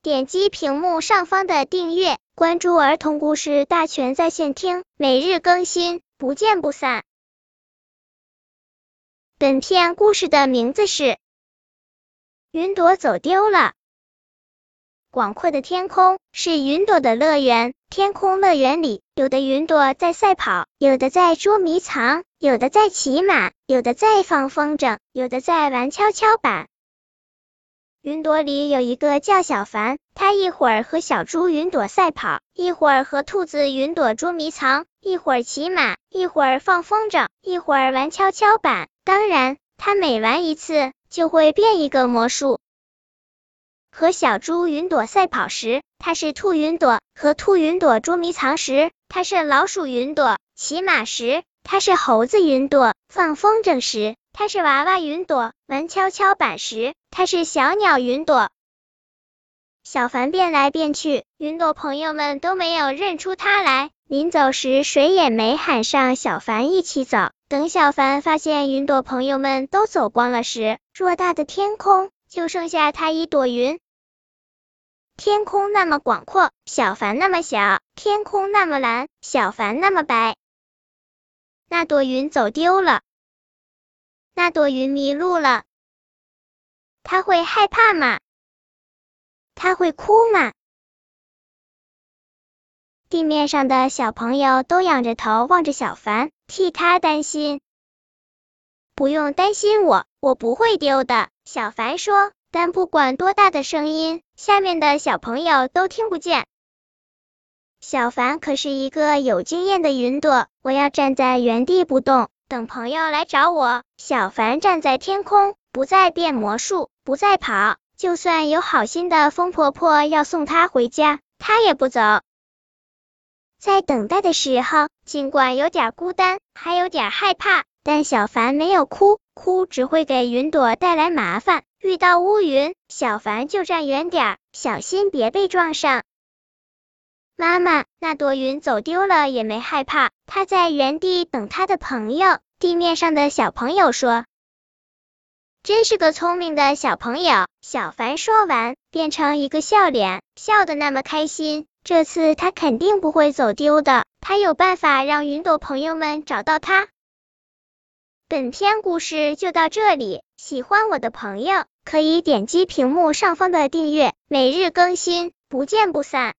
点击屏幕上方的订阅，关注儿童故事大全在线听，每日更新，不见不散。本片故事的名字是云朵走丢了。广阔的天空是云朵的乐园，天空乐园里，有的云朵在赛跑，有的在捉迷藏，有的在骑马，有的在放风筝，有的在玩跷跷板。云朵里有一个叫小凡，他一会儿和小猪云朵赛跑，一会儿和兔子云朵捉迷藏，一会儿骑马，一会儿放风筝，一会儿玩跷跷板。当然，他每玩一次就会变一个魔术。和小猪云朵赛跑时，他是兔云朵；和兔云朵捉迷藏时，他是老鼠云朵；骑马时，他是猴子云朵；放风筝时，他是娃娃云朵；玩跷跷板时，他是小鸟云朵。小凡变来变去，云朵朋友们都没有认出他来。临走时，谁也没喊上小凡一起走。等小凡发现云朵朋友们都走光了时，偌大的天空就剩下他一朵云。天空那么广阔，小凡那么小；天空那么蓝，小凡那么白。那朵云走丢了，那朵云迷路了。他会害怕吗？他会哭吗？地面上的小朋友都仰着头望着小凡，替他担心。不用担心我不会丢的，小凡说，但不管多大的声音，下面的小朋友都听不见。小凡可是一个有经验的云朵，我要站在原地不动，等朋友来找我。小凡站在天空，不再变魔术，不再跑，就算有好心的风婆婆要送他回家，他也不走。在等待的时候，尽管有点孤单，还有点害怕，但小凡没有哭，哭只会给云朵带来麻烦。遇到乌云，小凡就站远点，小心别被撞上。妈妈，那朵云走丢了也没害怕，她在原地等她的朋友。地面上的小朋友说。真是个聪明的小朋友，小凡说完，变成一个笑脸，笑得那么开心。这次他肯定不会走丢的，他有办法让云朵朋友们找到他。本篇故事就到这里，喜欢我的朋友可以点击屏幕上方的订阅，每日更新，不见不散。